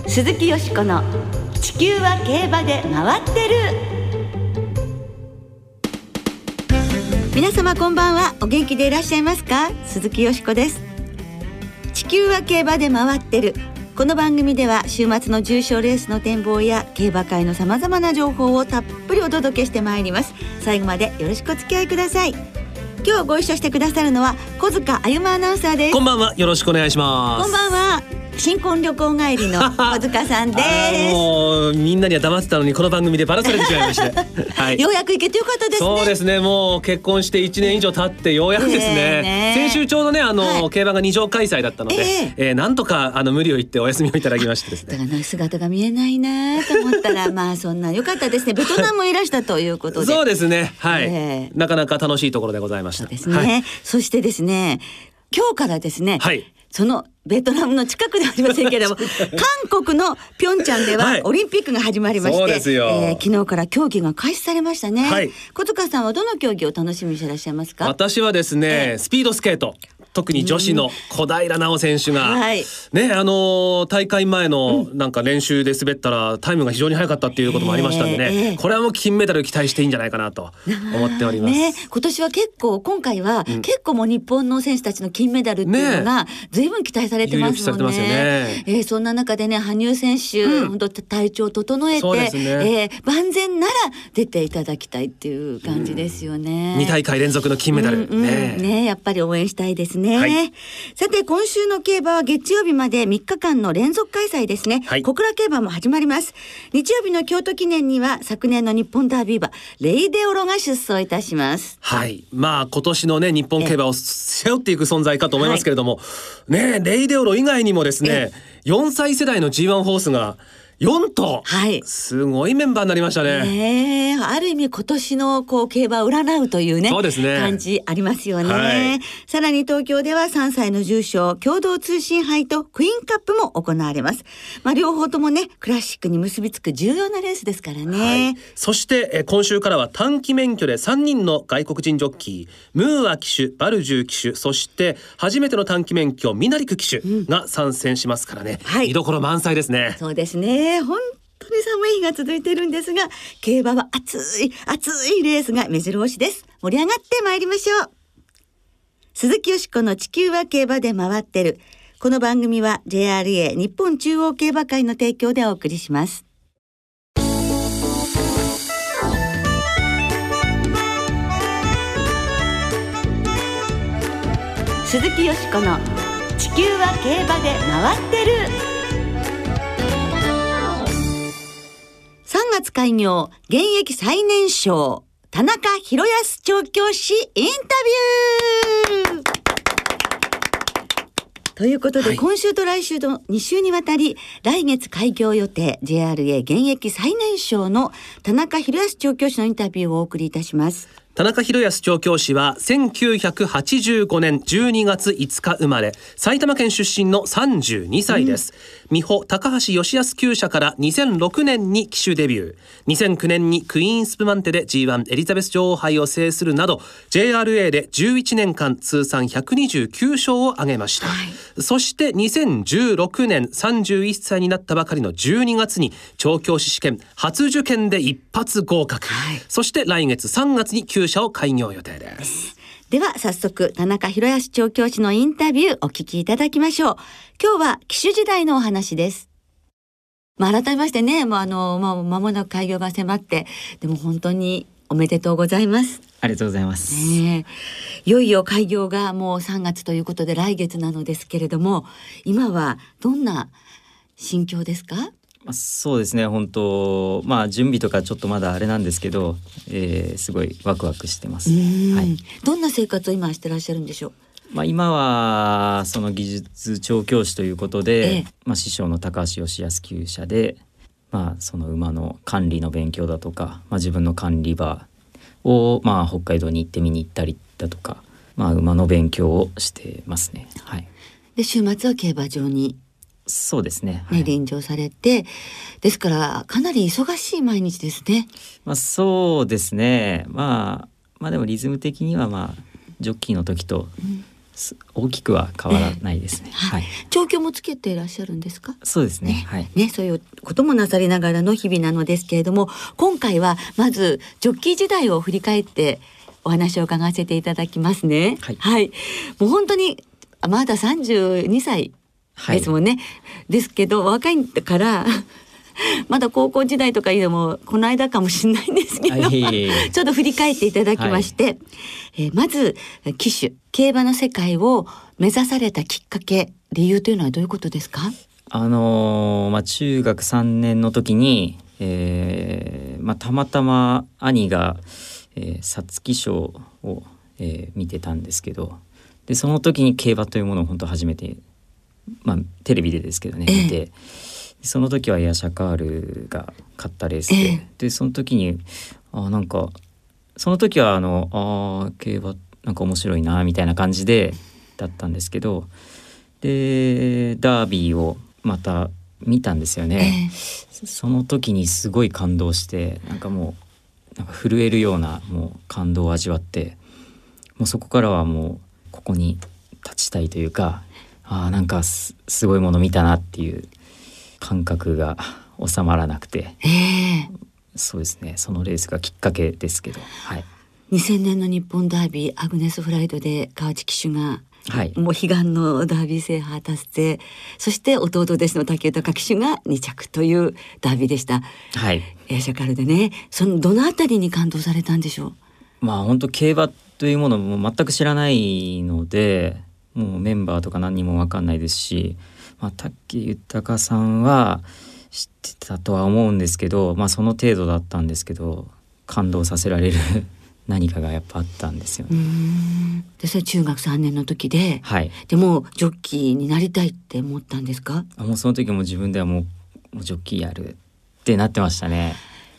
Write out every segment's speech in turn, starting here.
鈴木よしこの地球は競馬で回ってる。皆様こんばんは。お元気でいらっしゃいますか？鈴木よしこです。地球は競馬で回ってる。この番組では週末の重賞レースの展望や競馬界のさまざまな情報をたっぷりお届けしてまいります。最後までよろしくお付き合いください。今日ご一緒してくださるのは小塚あゆまアナウンサーです。 こんばんは、よろしくお願いします。 こんばんは。新婚旅行帰りの小塚さんですもうみんなには黙ってたのにこの番組でバラされてしまいまして、はい、 ようやく行けてよかったですね。 そうですね、もう結婚して1年以上経ってようやくですね、先週ちょうどねはい、競馬が2場開催だったので、なんとか無理を言ってお休みをいただきましてですね、 だから姿が見えないなと思ったらまあそんな良かったですね。ベトナムもいらしたということでそうですね、はい、なかなか楽しいところでございました。 そうですね、 はい、 そしてですね、今日からですね、はい、そのベトナムの近くではありませんけれども韓国のピョンチャンではオリンピックが始まりまして、はい、そうですよ、昨日から競技が開始されましたね、はい、小塚さんはどの競技を楽しみにしていらっしゃいますか？ 私はですね、スピードスケート、特に女子の小平奈緒選手が、はいね、大会前のなんか練習で滑ったらタイムが非常に速かったっていうこともありましたんでね、これはもう金メダル期待していいんじゃないかなと思っております、ね、 今回は結構もう日本の選手たちの金メダルっていうのが随分期待されてますもんね。そんな中でね、羽生選手、本当体調を整えて、ね、万全なら出ていただきたいっていう感じですよね。 2大会連続の金メダル、 ね、やっぱり応援したいですね、はい、さて今週の競馬は月曜日まで3日間の連続開催ですね、はい、小倉競馬も始まります。日曜日の京都記念には昨年の日本ダービー馬レイデオロが出走いたします。 はい、まあ今年のね日本競馬を背負っていく存在かと思いますけれども、ね、レイデオロ以外にもですね、4歳世代の G1 ホースが4頭、はい、すごいメンバーになりましたね。 ある意味今年の競馬を占うというね、そうですね、感じありますよね、はい、さらに東京では3歳の重賞共同通信杯とクイーンカップも行われます。両方ともねクラシックに結びつく重要なレースですからね、はい、 そして今週からは短期免許で3人の外国人ジョッキー、ムーア騎手、バルジュー騎手、そして初めての短期免許ミナリク騎手が参戦しますからね、はい、見どころ満載ですね。 そうですね、本当に寒い日が続いているんですが、競馬は熱いレースが目白押しです。盛り上がってまいりましょう。鈴木よしこの地球は競馬で回ってる。この番組は JRA 日本中央競馬会の提供でお送りします。鈴木よしこの地球は競馬で回ってる。3月開業、現役最年少田中宏康調教師インタビューということで、はい、今週と来週の2週にわたり来月開業予定 JRA 現役最年少の田中宏康調教師のインタビューをお送りいたします。 田中宏康調教師は1985年12月5日生まれ、埼玉県出身の32歳です、美穂高橋義康厩舎から2006年に騎手デビュー、2009年にクイーンスプマンテで G1 エリザベス女王杯を制するなど JRA で11年間通算129勝を挙げました、はい、そして2016年31歳になったばかりの12月に調教師試験初受験で一発合格、はい、そして来月3月に厩舎を開業予定です。 では早速田中宏康調教師のインタビューお聞きいただきましょう。今日は騎手時代のお話です。改めましてね、間もなく開業が迫って、でも本当におめでとうございます。 ありがとうございます、 いよいよ開業がもう3月ということで来月なのですけれども、今はどんな心境ですか？ そうですね、本当準備とかちょっとまだあれなんですけど、すごいワクワクしてます、はい、 どんな生活を今してらっしゃるんでしょう？ 今はその技術調教師ということで、師匠の高橋義康厩舎で、その馬の管理の勉強だとか、自分の管理場を、北海道に行って見に行ったりだとか、馬の勉強をしてますね、はい、 で週末は競馬場にそうですね、はい、 臨場されて、ですからかなり忙しい毎日ですね。 そうですね、でもリズム的にはジョッキーの時と大きくは変わらないですね。はい。 調教もつけていらっしゃるんですか？ そうですね。はい。 ね、そういうこともなさりながらの日々なのですけれども、今回はまずジョッキー時代を振り返ってお話を伺わせていただきますね。 はい。 はい。もう本当にまだ32歳ですもんね。ですけど若いからまだ高校時代とかいうのもこの間かもしれないんですけど、ちょっと振り返っていただきまして、まず騎手競馬の世界を目指されたきっかけ、理由というのはどういうことですか？ 中学3年の時に、たまたま兄が皐月賞を、見てたんですけど、でその時に競馬というものを本当初めて、テレビでですけどね、見て、その時はエアシャカールが勝ったレースで、でその時になんかその時は競馬なんか面白いなみたいな感じでだったんですけど、でダービーをまた見たんですよね。その時にすごい感動して、なんか震えるようなもう感動を味わって、もうそこからはもうここに立ちたいというか、なんかすごいもの見たなっていう感覚が収まらなくて、そうですね、そのレースがきっかけですけど、はい、 2000年の日本ダービーアグネスフライトで川内騎手が、もう悲願のダービー制覇達成、そして弟弟子の武豊騎手が2着というダービーでした。はい、エアシャカールでね、どのあたりに感動されたんでしょう？ 本当競馬というものも全く知らないので、もうメンバーとか何にも分かんないですし、武豊さんは知ってたとは思うんですけど、その程度だったんですけど、感動させられる何かがやっぱあったんですよね。 でそれ中学3年の時で、でもジョッキーになりたいって思ったんですか？ もうその時も自分ではもうジョッキーやるってなってましたね。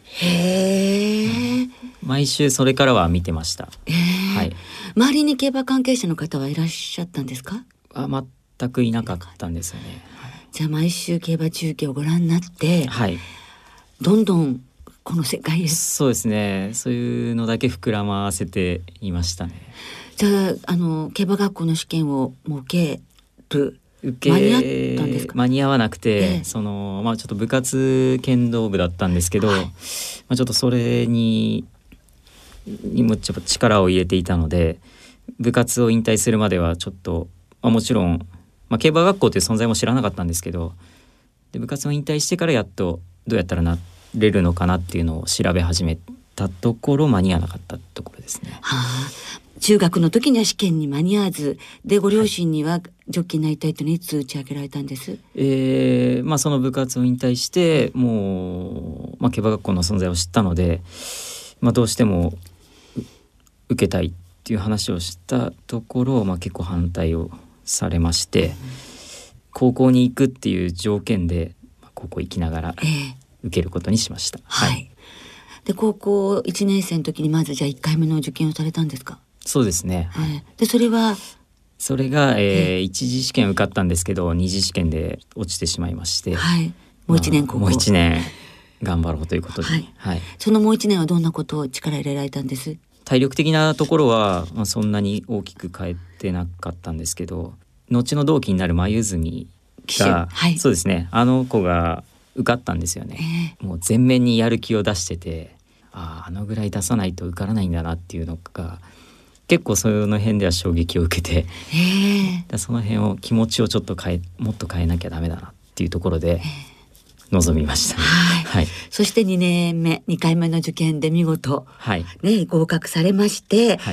毎週それからは見てました。 周りに競馬関係者の方はいらっしゃったんですか？ 全くいなかったんですよね。 じゃあ毎週競馬中継をご覧になって、どんどんこの世界へ。 そうですね、そういうのだけ膨らませていましたね。 じゃあ競馬学校の試験をもう受け間に合ったんですか？ 間に合わなくて、ちょっと部活剣道部だったんですけど、ちょっとそれにもちょっと力を入れていたので、部活を引退するまではちょっと、もちろん、競馬学校という存在も知らなかったんですけど、で部活を引退してからやっとどうやったらなれるのかなっていうのを調べ始めたところ、間に合わなかったところですね。 中学の時には試験に間に合わずで、ご両親にはジョッキーになりたいというのはいつ打ち明けられたんです？ その部活を引退してもう、競馬学校の存在を知ったので、どうしても受けたいっていう話をしたところ、結構反対をされまして、高校に行くっていう条件で高校行きながら受けることにしました。 で高校1年生の時にまずじゃあ1回目の受験をされたんですか？ そうですね。 でそれが、 一次試験受かったんですけど、二次試験で落ちてしまいまして、 もう1年もう1年頑張ろうということで、 そのもう1年はどんなことを力入れられたんです？ 体力的なところは、そんなに大きく変えてなかったんですけど、後の同期になる眉住が、そうですね、あの子が受かったんですよね。もう全面にやる気を出してて、あのぐらい出さないと受からないんだなっていうのが結構その辺では衝撃を受けて、その辺を気持ちをちょっともっと変えなきゃダメだなっていうところで臨みましたね。 そして2年目2回目の受験で見事、合格されまして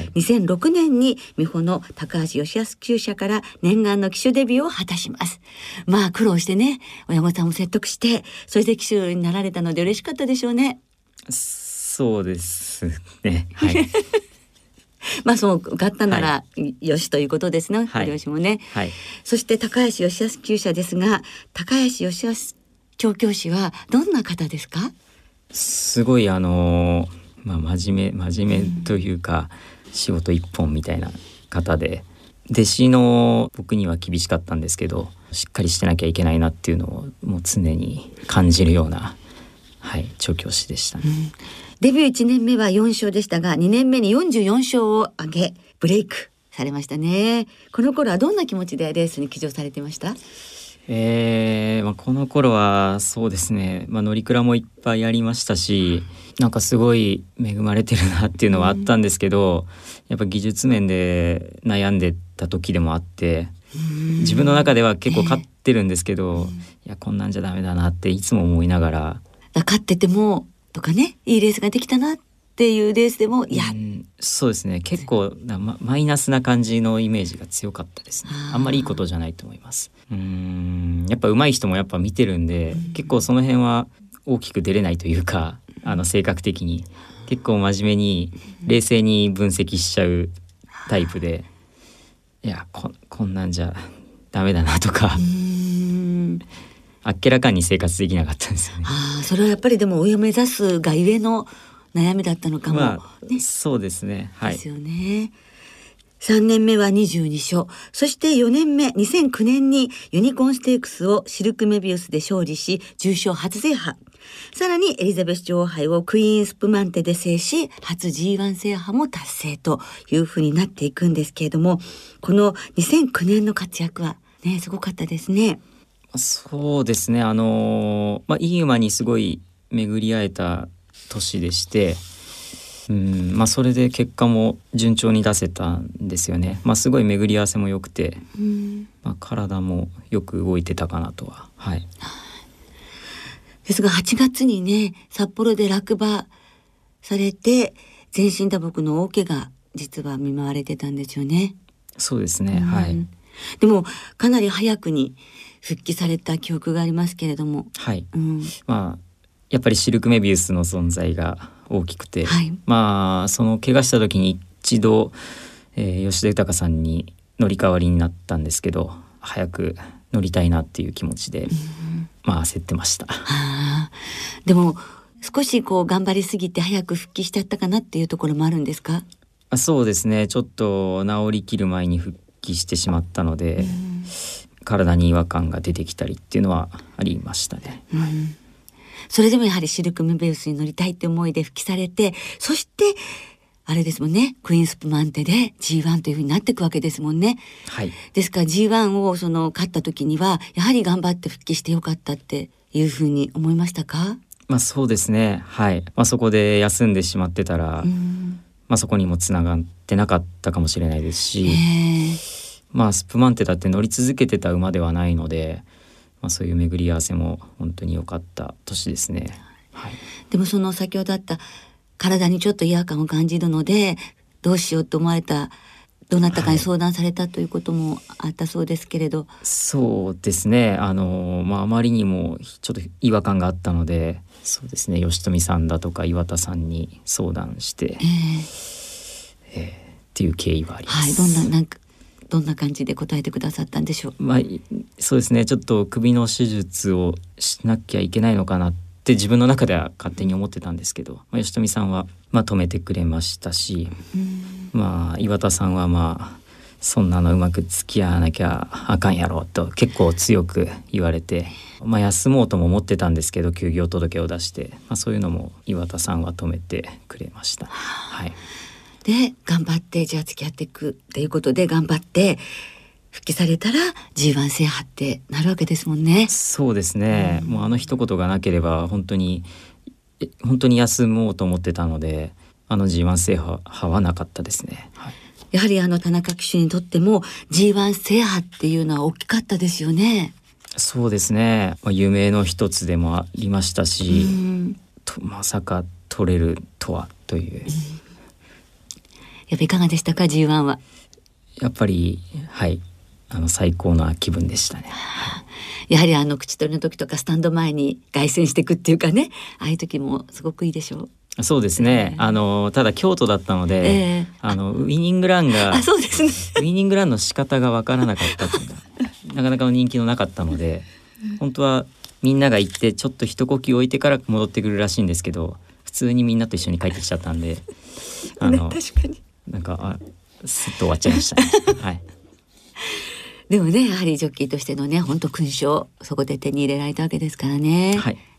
、2006年に美穂の高橋義康厩舎から念願の騎手デビューを果たします。苦労してね、親御さんを説得してそれで騎手になられたので嬉しかったでしょうね。 そうですね。 そう受かったならよしということですね、両親もね。そして高橋義康厩舎ですが、高橋義康調教師はどんな方ですか？ すごい真面目というか、仕事一本みたいな方で、弟子の僕には厳しかったんですけど、しっかりしてなきゃいけないなっていうのをもう常に感じるような、調教師でしたね。デビュー1年目は4勝でしたが、2年目に44勝を挙げブレイクされましたね。この頃はどんな気持ちでレースに騎乗されていました？ この頃はそうですね、乗り鞍もいっぱいありましたし、なんかすごい恵まれてるなっていうのはあったんですけど、やっぱ技術面で悩んでた時でもあって、自分の中では結構勝ってるんですけど、いやこんなんじゃダメだなっていつも思いながら、 勝っててもとかね、いいレースができたなっていうレースでもそうですね、結構マイナスな感じのイメージが強かったですね。あんまりいいことじゃないと思います。やっぱ上手い人もやっぱ見てるんで、結構その辺は大きく出れないというか、性格的に結構真面目に冷静に分析しちゃうタイプで、いやこんなんじゃダメだなとか、あっけらかんに生活できなかったんですよね。 それはやっぱりでも上を目指すがゆえの悩みだったのかも、 そうですね、はい、 ですよね。3年目は22勝、そして4年目2009年にユニコーンステークスをシルクメビウスで勝利し重賞初制覇、さらにエリザベス女王杯をクイーンスプマンテで制し初 G1 制覇も達成というふうになっていくんですけれども、この2009年の活躍はねすごかったですね。 そうですね、いい馬にすごい巡り会えた年でして、それで結果も順調に出せたんですよね。すごい巡り合わせも良くて、体もよく動いてたかなとは、はい、 ですが8月にね札幌で落馬されて全身打撲の大怪我実は見舞われてたんですよね。 そうですね、はい。 でもかなり早くに復帰された記憶がありますけれども、 はい、やっぱりシルクメビウスの存在が大きくて、 はい、 その怪我した時に一度、吉田豊さんに乗り代わりになったんですけど、早く乗りたいなっていう気持ちで、焦ってました。 でも少し頑張りすぎて早く復帰しちゃったかなっていうところもあるんですか？ そうですね、ちょっと治りきる前に復帰してしまったので、体に違和感が出てきたりっていうのはありましたね。 それでもやはりシルクメビウスに乗りたいって思いで復帰されて、そしてあれですもんね、クイーンスプマンテで G1 という風になっていくわけですもんね。 はい、 ですから G1 を勝った時にはやはり頑張って復帰してよかったっていう風に思いましたか？ そうですね、はい。そこで休んでしまってたら、そこにもつながってなかったかもしれないですし、スプマンテだって乗り続けてた馬ではないので、そういう巡り合わせも本当に良かった年ですね。はい、 でもその先ほどあった体にちょっと違和感を感じるのでどうしようと思われた、どなたかに相談されたということもあったそうですけれど。 そうですね、あまりにもちょっと違和感があったので、そうですね、吉富さんだとか岩田さんに相談して、っていう経緯はあります。 どんな感じで答えてくださったんでしょう？ そうですね、ちょっと首の手術をしなきゃいけないのかなって自分の中では勝手に思ってたんですけど、吉富さんは止めてくれましたし、岩田さんはそんなのうまく付き合わなきゃあかんやろと結構強く言われて、休もうとも思ってたんですけど休業届を出して、そういうのも岩田さんは止めてくれました。はい。 で頑張ってじゃあ付き合っていくっていうことで頑張って復帰されたら G1 制覇ってなるわけですもんね。 そうですね、もう一言がなければ本当に休もうと思ってたので、G1 制覇はなかったですね。はい、 やはり田中騎手にとっても G1 制覇っていうのは大きかったですよね。 そうですね、夢の一つでもありましたし、まさか取れるとはという、 やっぱいかがでしたか G1 は？ やっぱりはい最高な気分でしたね。 やはり口取りの時とかスタンド前に凱旋していくっていうかね、ああいう時もすごくいいでしょう？ そうですね、ただ京都だったので、ウィニングランがそうですね、 ウィニングランの仕方が分からなかったっていうのがなかなかの人気のなかったので、本当はみんなが行ってちょっと一呼吸置いてから戻ってくるらしいんですけど、普通にみんなと一緒に帰ってきちゃったんで確かにすっと終わっちゃいましたね。はい、 でもねやはりジョッキーとしてのね本当勲章そこで手に入れられたわけですからね。 はい、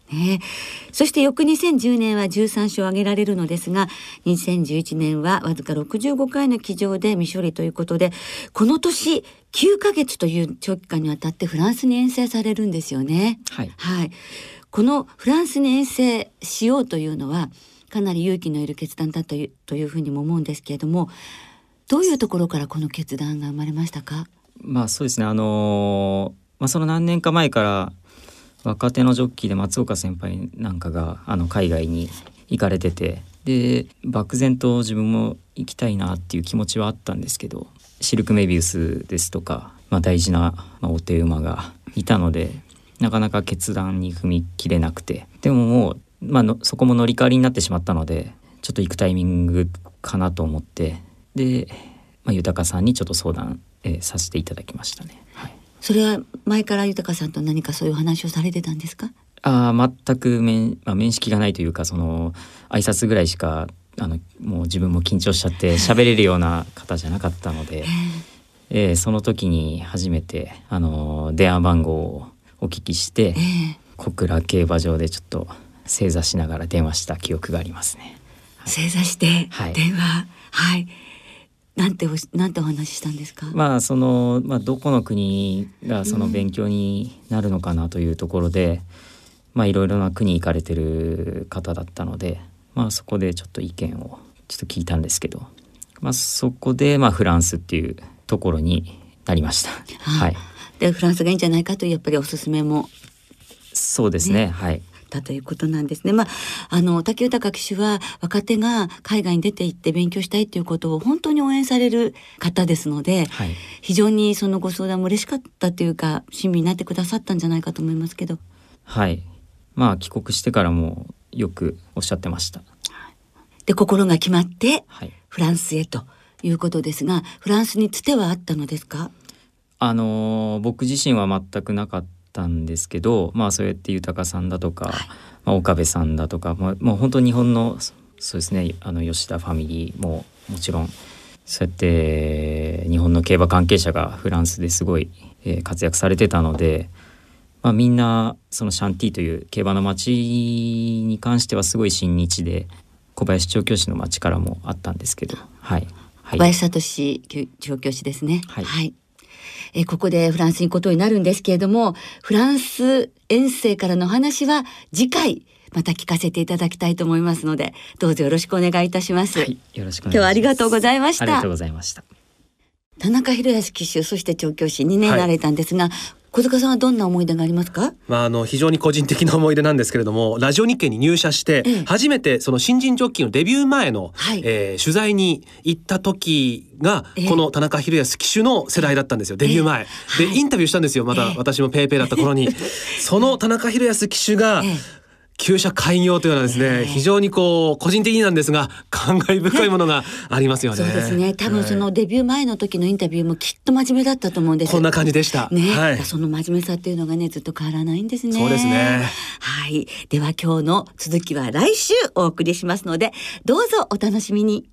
ね。そして翌2010年は13勝を挙げられるのですが、2011年はわずか65回の騎乗で未処理ということで、この年9ヶ月という長期間にわたってフランスに遠征されるんですよね。 はい、 はい、このフランスに遠征しようというのはかなり勇気のいる決断だというふうにも思うんですけれども、どういうところからこの決断が生まれましたか？ そうですね、その何年か前から若手のジョッキーで松岡先輩なんかが海外に行かれてて、で漠然と自分も行きたいなっていう気持ちはあったんですけど、シルクメビウスですとか、大事な、お手馬がいたのでなかなか決断に踏み切れなくて、でももう、そこも乗り換わりになってしまったので、ちょっと行くタイミングかなと思って、で、豊さんにちょっと相談、させていただきましたね。はい、それは前から豊さんと何かそういう話をされてたんですか？全く面識がないというか、その挨拶ぐらいしかもう自分も緊張しちゃって喋れるような方じゃなかったので、その時に初めて電話番号をお聞きして、小倉競馬場でちょっと正座しながら電話した記憶がありますね。 はい、正座して電話、はい、なんてお話ししたんですか？ どこの国がその勉強になるのかなというところで、いろいろな国行かれてる方だったので、そこでちょっと意見をちょっと聞いたんですけど、そこでフランスっていうところになりました。はい、 でフランスがいいんじゃないかというやっぱりおすすめも、 そうですね、はい、 だということなんですね。武豊騎手は若手が海外に出て行って勉強したいということを本当に応援される方ですので、はい、非常にそのご相談も嬉しかったというか、親身になってくださったんじゃないかと思いますけど。 はい、帰国してからもよくおっしゃってました。 で心が決まってフランスへということですが、フランスにつてはあったのですか？ 僕自身は全くなかったんですけど、そうやって豊さんだとか、岡部さんだとか、もう本当に日本のそうですね、吉田ファミリーももちろんそうやって日本の競馬関係者がフランスですごい、活躍されてたので、みんなそのシャンティという競馬の町に関してはすごい親日で、小林調教師の町からもあったんですけど、はいはい、 小林聡調教師ですね。はい、はい、ここでフランスに行くことになるんですけれども、フランス遠征からの話は次回また聞かせていただきたいと思いますので、どうぞよろしくお願いいたします。 はい、よろしくお願いします。 今日はありがとうございました。 ありがとうございました。 田中宏康騎手、そして調教師2年になれたんですが、小塚さんはどんな思い出がありますか？ 非常に個人的な思い出なんですけれども、ラジオ日経に入社して、初めてその新人ジョッキーのデビュー前の、取材に行った時が、この田中宏康騎手の世代だったんですよ。デビュー前、でインタビューしたんですよ。まだ私もペーペーだった頃に、その田中宏康騎手が、厩舎開業というのはですね、非常に個人的なんですが感慨深いものがありますよね。 そうですね。多分そのデビュー前の時のインタビューもきっと真面目だったと思うんです。 こんな感じでしたね。はい、その真面目さっていうのがね、ずっと変わらないんですね。 そうですね。 はい。では今日の続きは来週お送りしますので、どうぞお楽しみに。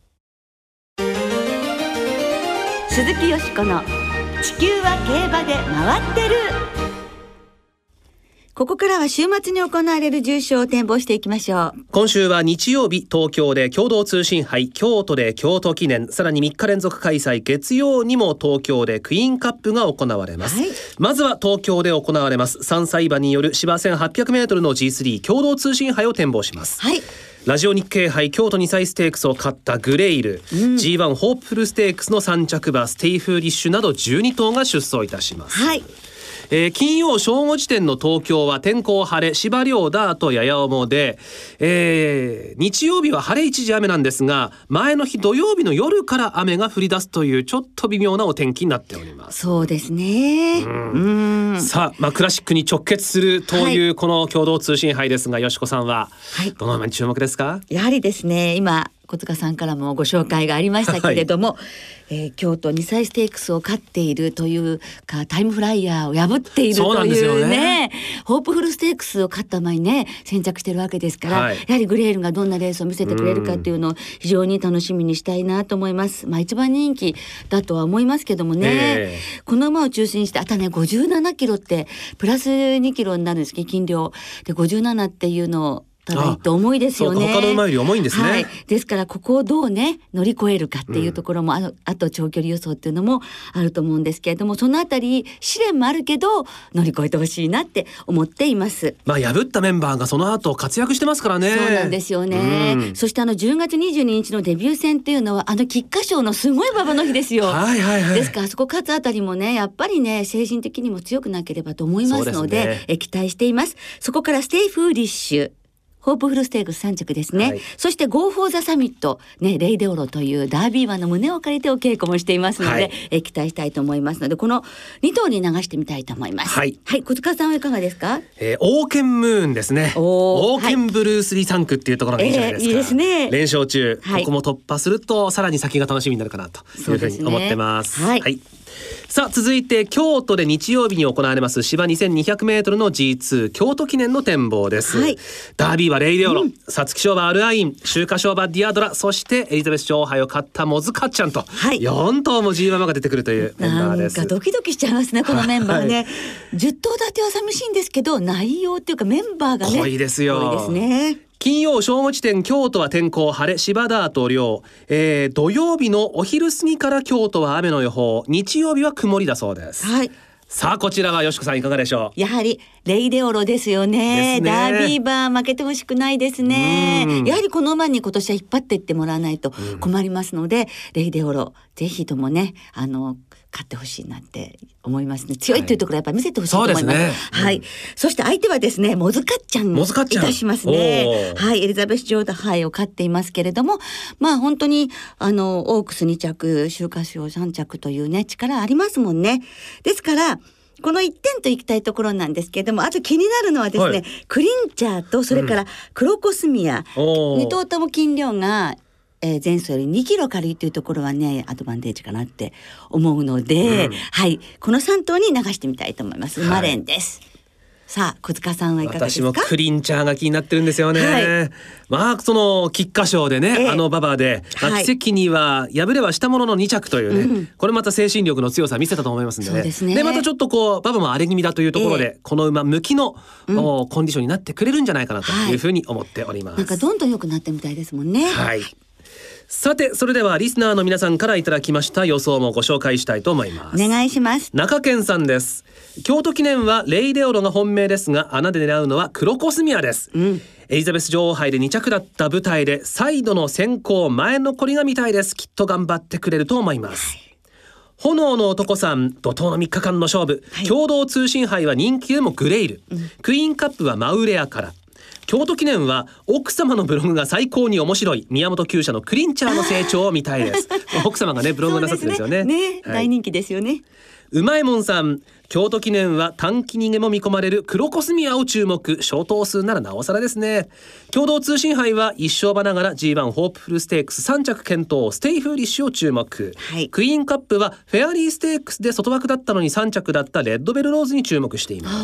鈴木よしこの地球は競馬で回ってる。ここからは週末に行われる重賞を展望していきましょう。 今週は日曜日、東京で共同通信杯、京都で京都記念、さらに3日連続開催、月曜にも東京でクイーンカップが行われます。まずは東京で行われます3歳馬による芝 1800m の G3 共同通信杯を展望します。ラジオ日経杯京都2歳ステークスを勝ったグレイル、G1 ホープフルステークスの3着馬ステイフーリッシュなど12頭が出走いたします。金曜正午時点の東京は天候晴れ、芝涼ダートやや重で、日曜日は晴れ一時雨なんですが、前の日土曜日の夜から雨が降り出すというちょっと微妙なお天気になっております。 そうですね。 さあ、クラシックに直結するというこの共同通信杯ですが、よしこさんはどの馬に注目ですか？ やはりですね、今小塚さんからもご紹介がありましたけれども、京都2歳ステークスを勝っているというか、タイムフライヤーを破っているというね、ホープフルステークスを勝った前にね先着してるわけですから、やはりグレールがどんなレースを見せてくれるかっていうのを非常に楽しみにしたいなと思います。一番人気だとは思いますけどもね、この馬を中心にしてあとね57キロってプラス2キロになるんですけど、斤量で57っていうのをただと重いですよね。 他の馬より重いんですね。 ですからここをどうね乗り越えるかっていうところも、あと長距離予想っていうのもあると思うんですけれども、そのあたり試練もあるけど乗り越えてほしいなって思っています。 破ったメンバーがその後活躍してますからね。 そうなんですよね。そして10月22日のデビュー戦っていうのは菊花賞のすごい馬場の日ですよ。ですからそこ勝つあたりもねやっぱりね精神的にも強くなければと思いますので、期待しています。そこからステイフーリッシュ、ホープフルステークス3着ですね、そしてゴーフォーザサミット、レイデオロというダービー馬の胸を借りてお稽古もしていますので、期待したいと思いますので、この2頭に流してみたいと思います。小塚さんはいかがですか？ オーケンムーンですね。オーケンブルースリー3区っていうところがいいじゃないですか。いいですね。連勝中、ここも突破するとさらに先が楽しみになるかなというふうに思ってます。さあ続いて京都で日曜日に行われます芝 2200m の G2 京都記念の展望です。ダービーはレイデオロ、皐月賞馬アルアイン、秋華賞馬ディアドラ、そしてエリザベス女王杯を勝ったモズカッチャンと、4頭も G 馬が出てくるというメンバーです。なんかドキドキしちゃいますねこのメンバーね。10頭立ては寂しいんですけど、内容っていうかメンバーがね濃いですよ。 濃いですね。 金曜正午時点京都は天候晴れ、芝ダート涼、土曜日のお昼過ぎから京都は雨の予報、日曜日は曇りだそうです。さあこちらはよしこさんいかがでしょう？ やはりレイデオロですよね。ダービー馬負けてほしくないですね。やはりこの馬に今年は引っ張っていってもらわないと困りますので、レイデオロぜひともね勝ってほしいなって思いますね。強いというところやっぱり見せてほしいと思います。そして相手はですねモズカッチャンいたしますね。エリザベス女王杯を勝っていますけれども、本当にオークス2着秋華賞3着というね力ありますもんね。ですからこの1点といきたいところなんですけれども、あと気になるのはですね、クリンチャーとそれからクロコスミア、2頭とも斤量が前走より2キロ軽いというところはねアドバンテージかなって思うので、この3頭に流してみたいと思います。マレンです。さあ小塚さんはいかがですか？ 私もクリンチャーが気になってるんですよね。その菊花賞でね、馬場で、奇跡には敗れはしたものの2着というね、これまた精神力の強さ見せたと思いますんでね。でまたちょっと馬場も荒れ気味だというところで、この馬向きの、コンディションになってくれるんじゃないかなというふうに思っております。 なんかどんどん良くなってみたいですもんね。 さてそれではリスナーの皆さんからいただきました予想もご紹介したいと思います。 お願いします。 中堅さんです。京都記念はレイデオロが本命ですが、穴で狙うのはクロコスミアです。エリザベス女王杯で2着だった舞台で再度の先行前残りが見たいです。きっと頑張ってくれると思います。炎の男さん、怒涛の3日間の勝負、共同通信杯は人気でもグレイル、クイーンカップはマウレアから、京都記念は奥様のブログが最高に面白い宮本厩舎のクリンチャーの成長を見たいです。奥様がねブログなさってるんですよね。 大人気ですよね。 うまいもんさん、京都記念は短期逃げも見込まれるクロコスミアを注目、小頭数ならなおさらですね。共同通信杯は一勝馬ながら G1 ホープフルステークス3着検討、ステイフーリッシュを注目、クイーンカップはフェアリーステークスで外枠だったのに3着だったレッドベルローズに注目しています。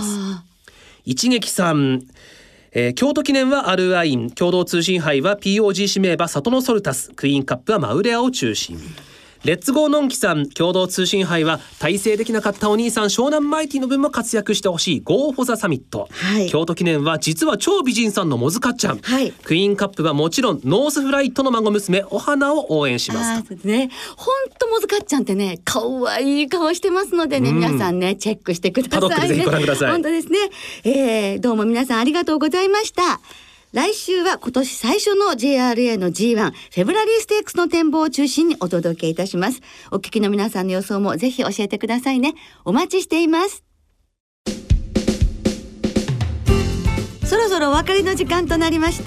一撃さん、京都記念はアルアイン、共同通信杯は POG 指名馬サトノソルタス、クイーンカップはマウレアを中心。レッツゴーノンキさん、共同通信杯は体制できなかったお兄さん湘南マイティの分も活躍してほしいゴーフォザサミット、京都記念は実は超美人さんのモズカッチャン、クイーンカップはもちろんノースフライトの孫娘お花を応援しますと。 本当モズカッチャンってね可愛い顔してますのでね、皆さんねチェックしてくださいね。 パドックでぜひご覧ください。 本当ですね、どうも皆さんありがとうございました。来週は今年最初の JRA の G1 フェブラリーステークスの展望を中心にお届けいたします。お聞きの皆さんの予想もぜひ教えてくださいね。お待ちしています。そろそろお別れの時間となりました。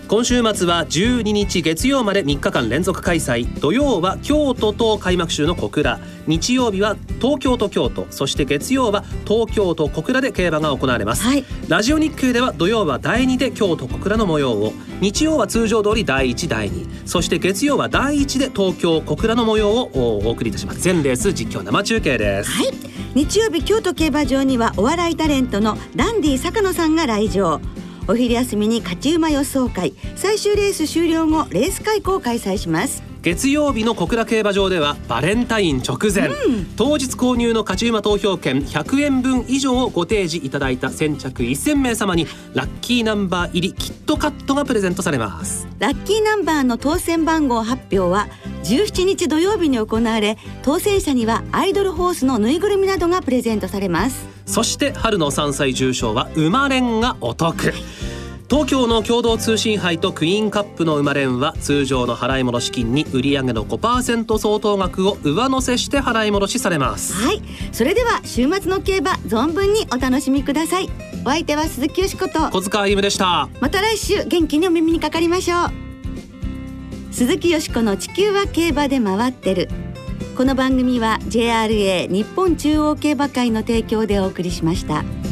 今週末は12日月曜まで3日間連続開催。土曜は京都と開幕週の小倉、日曜日は東京と京都、そして月曜は東京と小倉で競馬が行われます、ラジオ日経では土曜は第2で京都小倉の模様を、日曜は通常通り第1第2、そして月曜は第1で東京小倉の模様をお送りいたします。全レース実況生中継です。 日曜日京都競馬場にはお笑いタレントのダンディ坂野さんが来場。お昼休みに勝ち馬予想会、最終レース終了後レース会考を開催します。 月曜日の小倉競馬場ではバレンタイン直前、当日購入の勝ち馬投票券100円分以上をご提示いただいた先着1000名様にラッキーナンバー入りキットカットがプレゼントされます。 ラッキーナンバーの当選番号発表は17日土曜日に行われ、当選者にはアイドルホースのぬいぐるみなどがプレゼントされます。 そして春の3歳重賞は馬連がお得。東京の共同通信杯とクイーンカップの馬連は通常の払い戻し金に売上の 5% 相当額を上乗せして払い戻しされます。 それでは週末の競馬存分にお楽しみください。お相手は鈴木よしこと小塚歩夢でした。 また来週元気にお耳にかかりましょう。鈴木よしこの地球は競馬で回ってる。この番組は JRA 日本中央競馬会の提供でお送りしました。